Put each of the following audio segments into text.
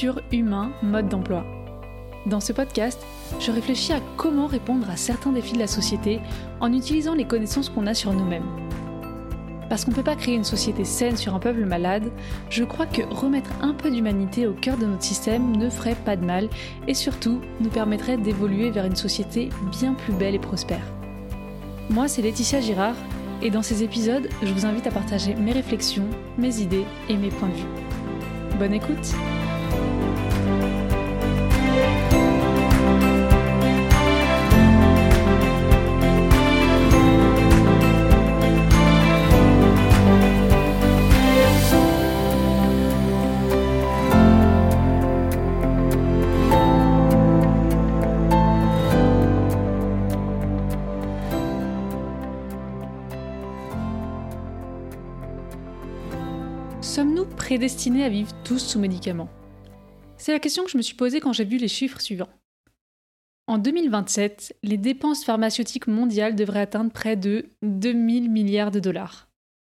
surhumain mode d'emploi. Dans ce podcast, je réfléchis à comment répondre à certains défis de la société en utilisant les connaissances qu'on a sur nous-mêmes. Parce qu'on ne peut pas créer une société saine sur un peuple malade, je crois que remettre un peu d'humanité au cœur de notre système ne ferait pas de mal et surtout nous permettrait d'évoluer vers une société bien plus belle et prospère. Moi, c'est Laetitia Girard et dans ces épisodes, je vous invite à partager mes réflexions, mes idées et mes points de vue. Bonne écoute! Sommes-nous prédestinés à vivre tous sous médicaments ? C'est la question que je me suis posée quand j'ai vu les chiffres suivants. En 2027, les dépenses pharmaceutiques mondiales devraient atteindre près de 2000 milliards de dollars.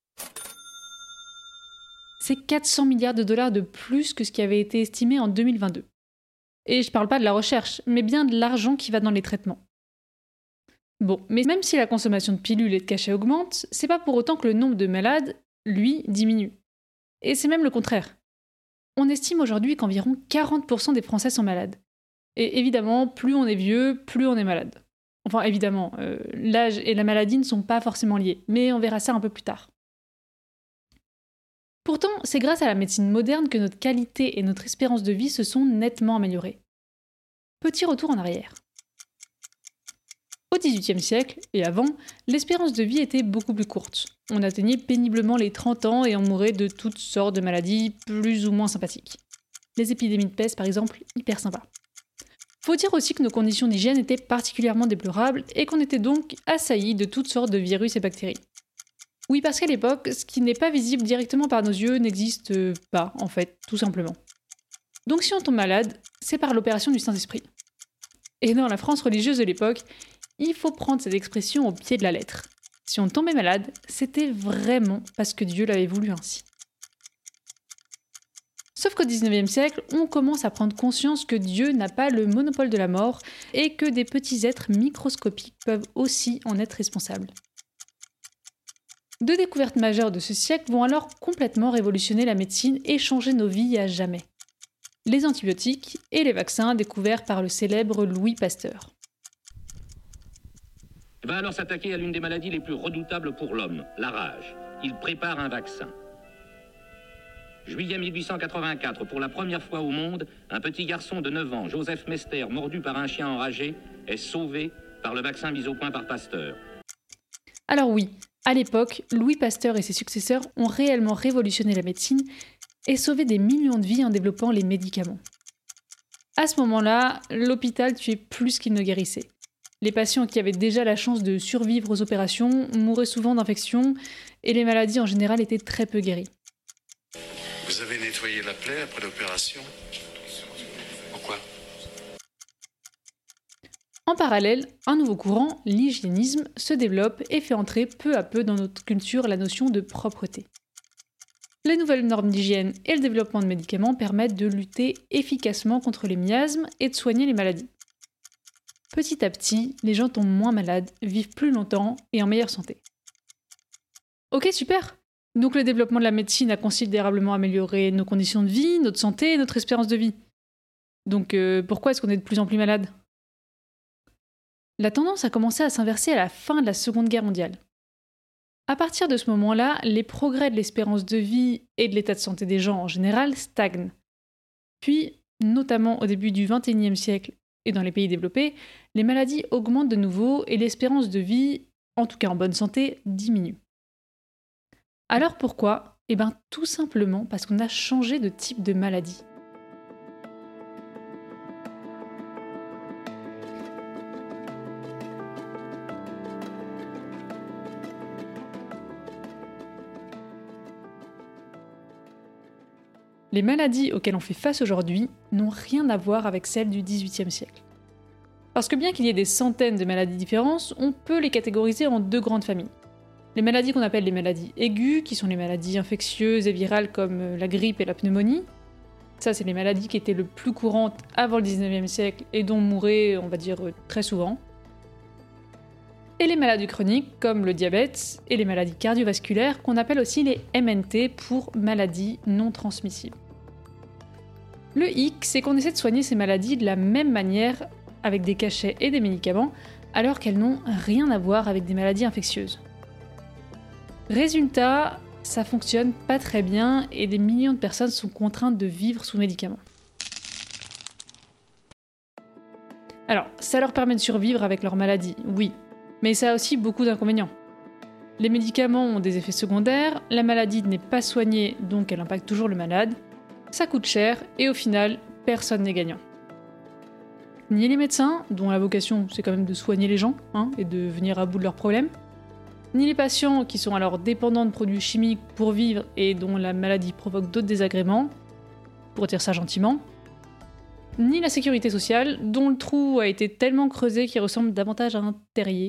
C'est 400 milliards de dollars de plus que ce qui avait été estimé en 2022. Et je parle pas de la recherche, mais bien de l'argent qui va dans les traitements. Bon, mais même si la consommation de pilules et de cachets augmente, c'est pas pour autant que le nombre de malades, lui, diminue. Et c'est même le contraire. On estime aujourd'hui qu'environ 40% des Français sont malades. Et évidemment, plus on est vieux, plus on est malade. Enfin, évidemment, l'âge et la maladie ne sont pas forcément liés, mais on verra ça un peu plus tard. Pourtant, c'est grâce à la médecine moderne que notre qualité et notre espérance de vie se sont nettement améliorées. Petit retour en arrière. Au XVIIIe siècle, et avant, l'espérance de vie était beaucoup plus courte. On atteignait péniblement les 30 ans et on mourait de toutes sortes de maladies plus ou moins sympathiques. Les épidémies de peste, par exemple, hyper sympa. Faut dire aussi que nos conditions d'hygiène étaient particulièrement déplorables et qu'on était donc assaillis de toutes sortes de virus et bactéries. Oui, parce qu'à l'époque, ce qui n'est pas visible directement par nos yeux n'existe pas, en fait, tout simplement. Donc si on tombe malade, c'est par l'opération du Saint-Esprit. Et dans la France religieuse de l'époque, il faut prendre cette expression au pied de la lettre. Si on tombait malade, c'était vraiment parce que Dieu l'avait voulu ainsi. Sauf qu'au XIXe siècle, on commence à prendre conscience que Dieu n'a pas le monopole de la mort et que des petits êtres microscopiques peuvent aussi en être responsables. Deux découvertes majeures de ce siècle vont alors complètement révolutionner la médecine et changer nos vies à jamais. Les antibiotiques et les vaccins découverts par le célèbre Louis Pasteur. Va alors s'attaquer à l'une des maladies les plus redoutables pour l'homme, la rage. Il prépare un vaccin. Juillet 1884, pour la première fois au monde, un petit garçon de 9 ans, Joseph Mester, mordu par un chien enragé, est sauvé par le vaccin mis au point par Pasteur. Alors oui, à l'époque, Louis Pasteur et ses successeurs ont réellement révolutionné la médecine et sauvé des millions de vies en développant les médicaments. À ce moment-là, l'hôpital tuait plus qu'il ne guérissait. Les patients qui avaient déjà la chance de survivre aux opérations mouraient souvent d'infections et les maladies en général étaient très peu guéries. Vous avez nettoyé la plaie après l'opération ? Pourquoi ? En parallèle, un nouveau courant, l'hygiénisme, se développe et fait entrer peu à peu dans notre culture la notion de propreté. Les nouvelles normes d'hygiène et le développement de médicaments permettent de lutter efficacement contre les miasmes et de soigner les maladies. Petit à petit, les gens tombent moins malades, vivent plus longtemps et en meilleure santé. Ok, super! Donc le développement de la médecine a considérablement amélioré nos conditions de vie, notre santé et notre espérance de vie. Donc pourquoi est-ce qu'on est de plus en plus malade ? La tendance a commencé à s'inverser à la fin de la Seconde Guerre mondiale. À partir de ce moment-là, les progrès de l'espérance de vie et de l'état de santé des gens en général stagnent. Puis, notamment au début du XXIe siècle et dans les pays développés, les maladies augmentent de nouveau et l'espérance de vie, en tout cas en bonne santé, diminue. Alors pourquoi ? Tout simplement parce qu'on a changé de type de maladie. Les maladies auxquelles on fait face aujourd'hui n'ont rien à voir avec celles du XVIIIe siècle. Parce que bien qu'il y ait des centaines de maladies différentes, on peut les catégoriser en deux grandes familles. Les maladies qu'on appelle les maladies aiguës, qui sont les maladies infectieuses et virales comme la grippe et la pneumonie, Ça, c'est les maladies qui étaient le plus courantes avant le 19e siècle et dont on mourait, on va dire, très souvent. Et les maladies chroniques, comme le diabète et les maladies cardiovasculaires, qu'on appelle aussi les MNT pour maladies non transmissibles. Le hic, c'est qu'on essaie de soigner ces maladies de la même manière, avec des cachets et des médicaments, alors qu'elles n'ont rien à voir avec des maladies infectieuses. Résultat, ça fonctionne pas très bien et des millions de personnes sont contraintes de vivre sous médicaments. Alors, ça leur permet de survivre avec leur maladie, oui, mais ça a aussi beaucoup d'inconvénients. Les médicaments ont des effets secondaires, la maladie n'est pas soignée, donc elle impacte toujours le malade, ça coûte cher et au final, personne n'est gagnant. Ni les médecins, dont la vocation c'est quand même de soigner les gens et de venir à bout de leurs problèmes, ni les patients qui sont alors dépendants de produits chimiques pour vivre et dont la maladie provoque d'autres désagréments, pour dire ça gentiment, ni la sécurité sociale, dont le trou a été tellement creusé qu'il ressemble davantage à un terrier.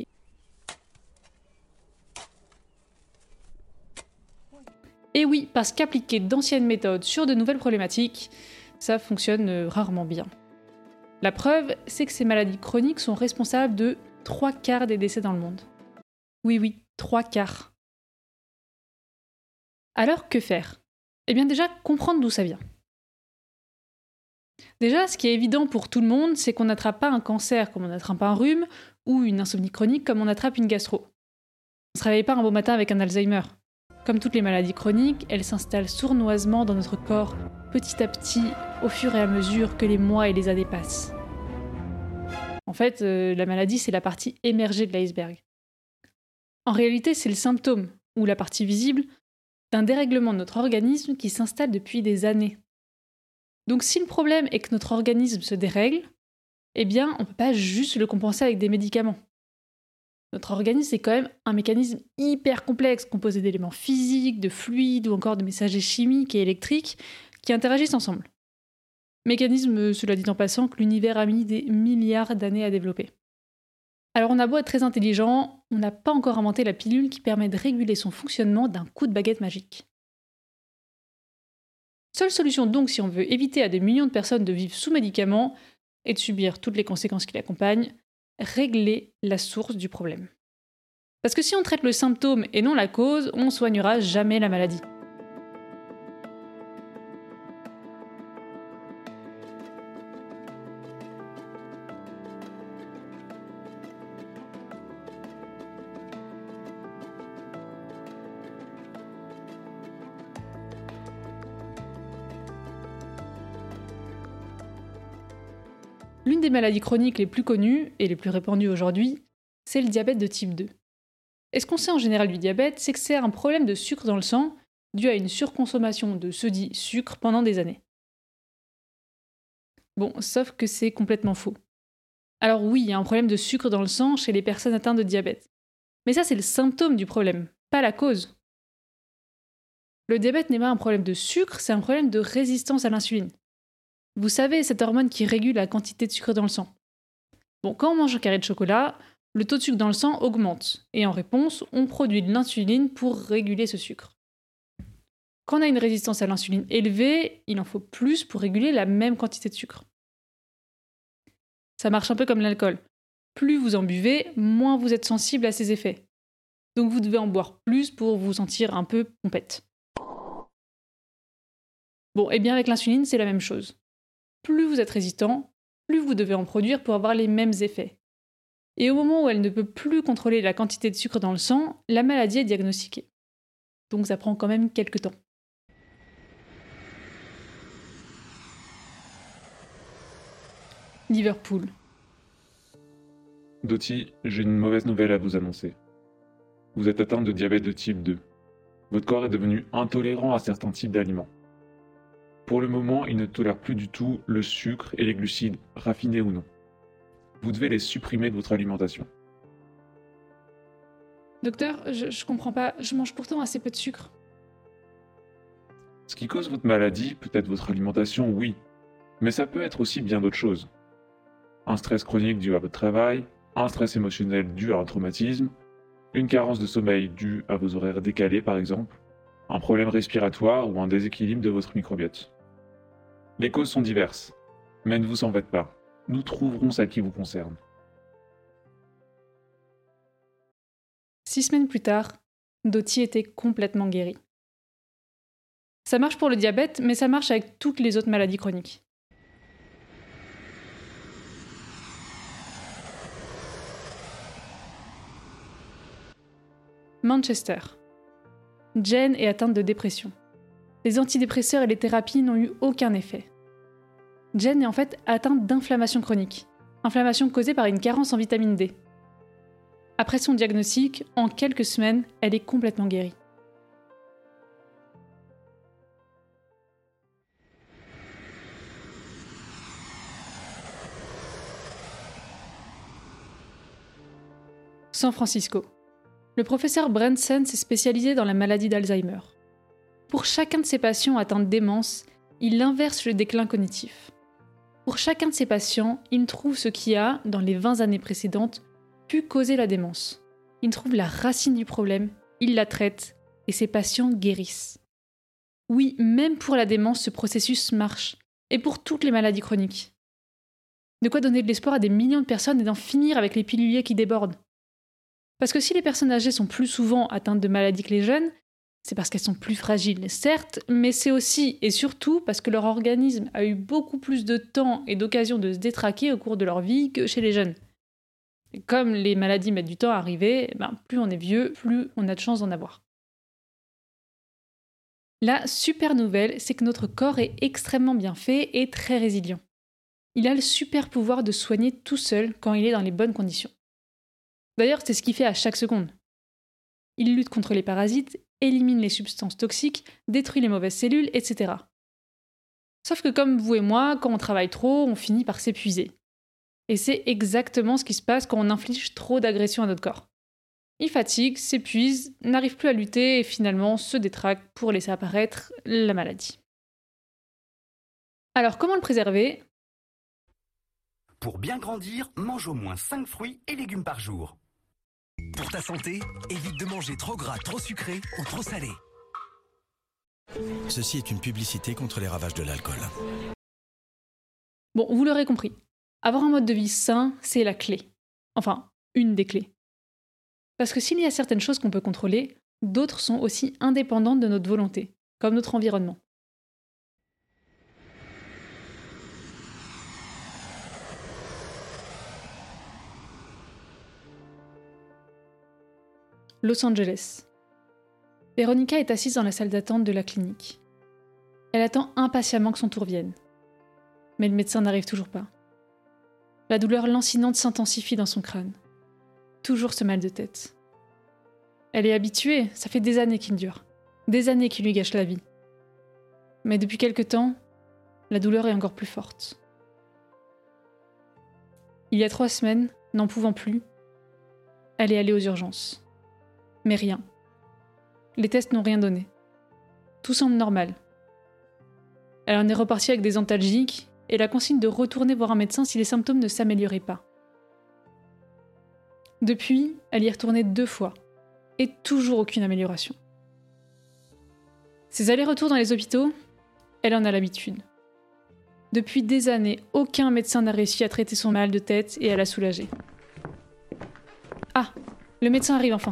Et oui, parce qu'appliquer d'anciennes méthodes sur de nouvelles problématiques, ça fonctionne rarement bien. La preuve, c'est que ces maladies chroniques sont responsables de 3/4 des décès dans le monde. Oui, 3/4. Alors, que faire ? Eh bien déjà, comprendre d'où ça vient. Déjà, ce qui est évident pour tout le monde, c'est qu'on n'attrape pas un cancer comme on attrape un rhume, ou une insomnie chronique comme on attrape une gastro. On ne se réveille pas un beau matin avec un Alzheimer. Comme toutes les maladies chroniques, elles s'installent sournoisement dans notre corps, petit à petit, au fur et à mesure que les mois et les années passent. En fait, la maladie, c'est la partie émergée de l'iceberg. En réalité, c'est le symptôme, ou la partie visible, d'un dérèglement de notre organisme qui s'installe depuis des années. Donc si le problème est que notre organisme se dérègle, eh bien, on ne peut pas juste le compenser avec des médicaments. Notre organisme, c'est quand même un mécanisme hyper complexe, composé d'éléments physiques, de fluides ou encore de messagers chimiques et électriques qui interagissent ensemble. Mécanisme, cela dit en passant, que l'univers a mis des milliards d'années à développer. Alors on a beau être très intelligent, on n'a pas encore inventé la pilule qui permet de réguler son fonctionnement d'un coup de baguette magique. Seule solution donc si on veut éviter à des millions de personnes de vivre sous médicaments et de subir toutes les conséquences qui l'accompagnent, régler la source du problème. Parce que si on traite le symptôme et non la cause, on ne soignera jamais la maladie. L'une des maladies chroniques les plus connues et les plus répandues aujourd'hui, c'est le diabète de type 2. Et ce qu'on sait en général du diabète, c'est que c'est un problème de sucre dans le sang dû à une surconsommation de ce dit sucre pendant des années. Bon, sauf que c'est complètement faux. Alors oui, il y a un problème de sucre dans le sang chez les personnes atteintes de diabète. Mais ça, c'est le symptôme du problème, pas la cause. Le diabète n'est pas un problème de sucre, c'est un problème de résistance à l'insuline. Vous savez, cette hormone qui régule la quantité de sucre dans le sang. Bon, quand on mange un carré de chocolat, le taux de sucre dans le sang augmente, et en réponse, on produit de l'insuline pour réguler ce sucre. Quand on a une résistance à l'insuline élevée, il en faut plus pour réguler la même quantité de sucre. Ça marche un peu comme l'alcool. Plus vous en buvez, moins vous êtes sensible à ses effets. Donc vous devez en boire plus pour vous sentir un peu pompette. Bon, et bien avec l'insuline, c'est la même chose. Plus vous êtes résistant, plus vous devez en produire pour avoir les mêmes effets. Et au moment où elle ne peut plus contrôler la quantité de sucre dans le sang, la maladie est diagnostiquée. Donc ça prend quand même quelques temps. Liverpool. Dottie, j'ai une mauvaise nouvelle à vous annoncer. Vous êtes atteinte de diabète de type 2. Votre corps est devenu intolérant à certains types d'aliments. Pour le moment, il ne tolère plus du tout le sucre et les glucides, raffinés ou non. Vous devez les supprimer de votre alimentation. Docteur, je comprends pas, je mange pourtant assez peu de sucre. Ce qui cause votre maladie peut être votre alimentation, oui, mais ça peut être aussi bien d'autres choses. Un stress chronique dû à votre travail, un stress émotionnel dû à un traumatisme, une carence de sommeil due à vos horaires décalés par exemple, un problème respiratoire ou un déséquilibre de votre microbiote. Les causes sont diverses, mais ne vous en faites pas. Nous trouverons celle qui vous concerne. 6 semaines plus tard, Dottie était complètement guérie. Ça marche pour le diabète, mais ça marche avec toutes les autres maladies chroniques. Manchester. Jane est atteinte de dépression. Les antidépresseurs et les thérapies n'ont eu aucun effet. Jane est en fait atteinte d'inflammation chronique, inflammation causée par une carence en vitamine D. Après son diagnostic, en quelques semaines, elle est complètement guérie. San Francisco. Le professeur Branson s'est spécialisé dans la maladie d'Alzheimer. Pour chacun de ses patients atteints de démence, il inverse le déclin cognitif. Pour chacun de ses patients, il trouve ce qui a, dans les 20 années précédentes, pu causer la démence. Il trouve la racine du problème, il la traite, et ses patients guérissent. Oui, même pour la démence, ce processus marche, et pour toutes les maladies chroniques. De quoi donner de l'espoir à des millions de personnes et d'en finir avec les piluliers qui débordent. Parce que si les personnes âgées sont plus souvent atteintes de maladies que les jeunes, c'est parce qu'elles sont plus fragiles, certes, mais c'est aussi et surtout parce que leur organisme a eu beaucoup plus de temps et d'occasion de se détraquer au cours de leur vie que chez les jeunes. Et comme les maladies mettent du temps à arriver, plus on est vieux, plus on a de chances d'en avoir. La super nouvelle, c'est que notre corps est extrêmement bien fait et très résilient. Il a le super pouvoir de soigner tout seul quand il est dans les bonnes conditions. D'ailleurs, c'est ce qu'il fait à chaque seconde. Il lutte contre les parasites, élimine les substances toxiques, détruit les mauvaises cellules, etc. Sauf que comme vous et moi, quand on travaille trop, on finit par s'épuiser. Et c'est exactement ce qui se passe quand on inflige trop d'agression à notre corps. Il fatigue, s'épuise, n'arrive plus à lutter et finalement se détraque pour laisser apparaître la maladie. Alors comment le préserver ? Pour bien grandir, mange au moins 5 fruits et légumes par jour. Pour ta santé, évite de manger trop gras, trop sucré ou trop salé. Ceci est une publicité contre les ravages de l'alcool. Bon, vous l'aurez compris. Avoir un mode de vie sain, c'est la clé. Enfin, une des clés. Parce que s'il y a certaines choses qu'on peut contrôler, d'autres sont aussi indépendantes de notre volonté, comme notre environnement. Los Angeles. Veronica est assise dans la salle d'attente de la clinique. Elle attend impatiemment que son tour vienne. Mais le médecin n'arrive toujours pas. La douleur lancinante s'intensifie dans son crâne. Toujours ce mal de tête. Elle est habituée, ça fait des années qu'il dure. Des années qui lui gâchent la vie. Mais depuis quelque temps, la douleur est encore plus forte. Il y a 3 semaines, n'en pouvant plus, elle est allée aux urgences. Mais rien. Les tests n'ont rien donné. Tout semble normal. Elle en est repartie avec des antalgiques et la consigne de retourner voir un médecin si les symptômes ne s'amélioraient pas. Depuis, elle y est retournée 2 fois, et toujours aucune amélioration. Ces allers-retours dans les hôpitaux, elle en a l'habitude. Depuis des années, aucun médecin n'a réussi à traiter son mal de tête et à la soulager. Ah, le médecin arrive enfin.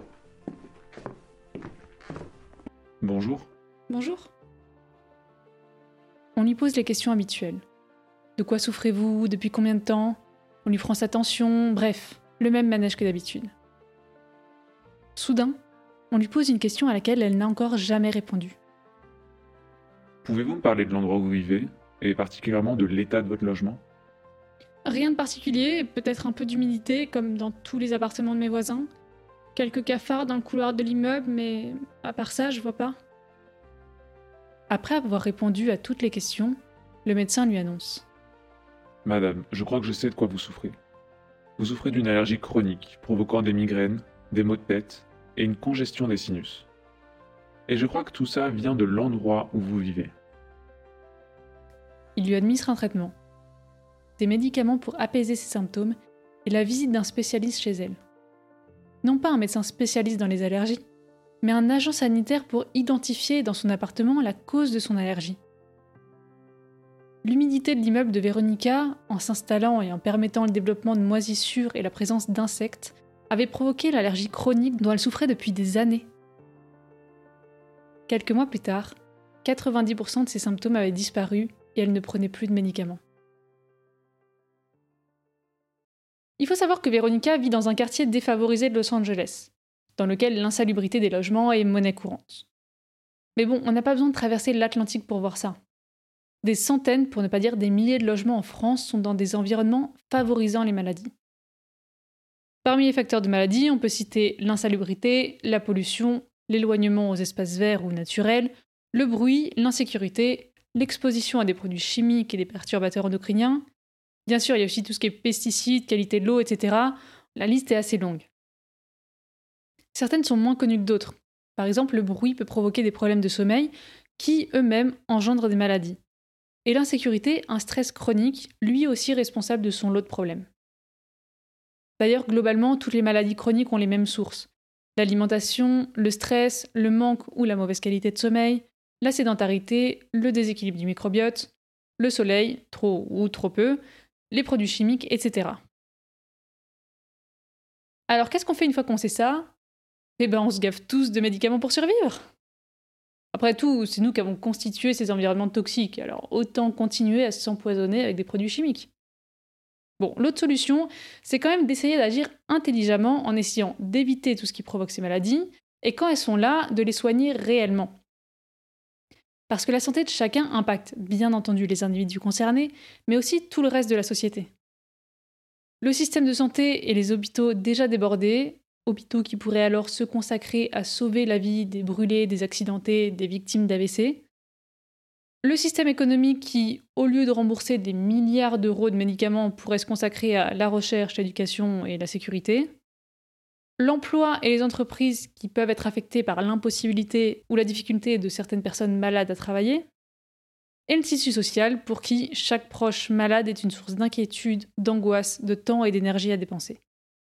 Bonjour. Bonjour. On lui pose les questions habituelles. De quoi souffrez-vous ? Depuis combien de temps ? On lui prend sa tension, bref, le même manège que d'habitude. Soudain, on lui pose une question à laquelle elle n'a encore jamais répondu. Pouvez-vous me parler de l'endroit où vous vivez, et particulièrement de l'état de votre logement ? Rien de particulier, peut-être un peu d'humidité, comme dans tous les appartements de mes voisins. Quelques cafards dans le couloir de l'immeuble, mais à part ça, je vois pas. Après avoir répondu à toutes les questions, le médecin lui annonce. Madame, je crois que je sais de quoi vous souffrez. Vous souffrez d'une allergie chronique, provoquant des migraines, des maux de tête et une congestion des sinus. Et je crois que tout ça vient de l'endroit où vous vivez. Il lui administre un traitement, des médicaments pour apaiser ses symptômes et la visite d'un spécialiste chez elle. Non pas un médecin spécialiste dans les allergies, mais un agent sanitaire pour identifier dans son appartement la cause de son allergie. l'humidité de l'immeuble de Véronica, en s'installant et en permettant le développement de moisissures et la présence d'insectes, avait provoqué l'allergie chronique dont elle souffrait depuis des années. Quelques mois plus tard, 90% de ses symptômes avaient disparu et elle ne prenait plus de médicaments. Il faut savoir que Véronica vit dans un quartier défavorisé de Los Angeles, dans lequel l'insalubrité des logements est monnaie courante. Mais bon, on n'a pas besoin de traverser l'Atlantique pour voir ça. Des centaines, pour ne pas dire des milliers de logements en France sont dans des environnements favorisant les maladies. Parmi les facteurs de maladie, on peut citer l'insalubrité, la pollution, l'éloignement aux espaces verts ou naturels, le bruit, l'insécurité, l'exposition à des produits chimiques et des perturbateurs endocriniens. Bien sûr, il y a aussi tout ce qui est pesticides, qualité de l'eau, etc. La liste est assez longue. Certaines sont moins connues que d'autres. Par exemple, le bruit peut provoquer des problèmes de sommeil qui, eux-mêmes, engendrent des maladies. Et l'insécurité, un stress chronique, lui aussi responsable de son lot de problèmes. D'ailleurs, globalement, toutes les maladies chroniques ont les mêmes sources. L'alimentation, le stress, le manque ou la mauvaise qualité de sommeil, la sédentarité, le déséquilibre du microbiote, le soleil, trop ou trop peu, les produits chimiques, etc. Alors qu'est-ce qu'on fait une fois qu'on sait ça ? On se gave tous de médicaments pour survivre. Après tout, c'est nous qui avons constitué ces environnements toxiques, alors autant continuer à s'empoisonner avec des produits chimiques. Bon, l'autre solution, c'est quand même d'essayer d'agir intelligemment en essayant d'éviter tout ce qui provoque ces maladies, et quand elles sont là, de les soigner réellement. Parce que la santé de chacun impacte bien entendu les individus concernés, mais aussi tout le reste de la société. Le système de santé et les hôpitaux déjà débordés, hôpitaux qui pourraient alors se consacrer à sauver la vie des brûlés, des accidentés, des victimes d'AVC. Le système économique qui, au lieu de rembourser des milliards d'euros de médicaments, pourrait se consacrer à la recherche, l'éducation et la sécurité. L'emploi et les entreprises qui peuvent être affectées par l'impossibilité ou la difficulté de certaines personnes malades à travailler. Et le tissu social pour qui chaque proche malade est une source d'inquiétude, d'angoisse, de temps et d'énergie à dépenser.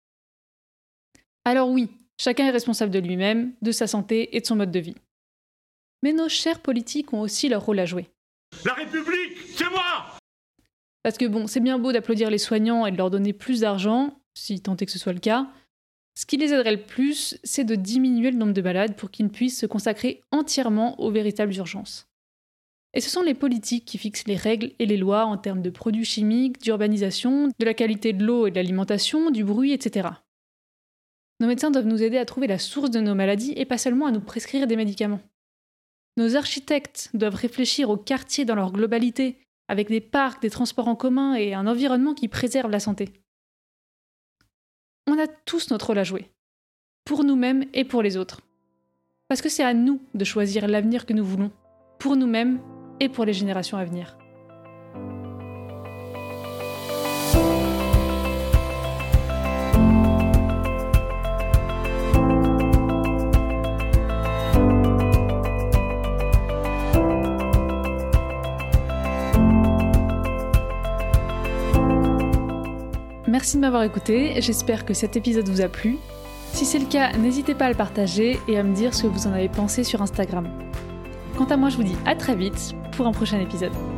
Alors oui, chacun est responsable de lui-même, de sa santé et de son mode de vie. Mais nos chers politiques ont aussi leur rôle à jouer. La République, c'est moi ! Parce que bon, c'est bien beau d'applaudir les soignants et de leur donner plus d'argent, si tant est que ce soit le cas. Ce qui les aiderait le plus, c'est de diminuer le nombre de malades pour qu'ils puissent se consacrer entièrement aux véritables urgences. Et ce sont les politiques qui fixent les règles et les lois en termes de produits chimiques, d'urbanisation, de la qualité de l'eau et de l'alimentation, du bruit, etc. Nos médecins doivent nous aider à trouver la source de nos maladies et pas seulement à nous prescrire des médicaments. Nos architectes doivent réfléchir aux quartiers dans leur globalité, avec des parcs, des transports en commun et un environnement qui préserve la santé. On a tous notre rôle à jouer, pour nous-mêmes et pour les autres. Parce que c'est à nous de choisir l'avenir que nous voulons, pour nous-mêmes et pour les générations à venir. Merci de m'avoir écouté, j'espère que cet épisode vous a plu. Si c'est le cas, n'hésitez pas à le partager et à me dire ce que vous en avez pensé sur Instagram. Quant à moi, je vous dis à très vite pour un prochain épisode.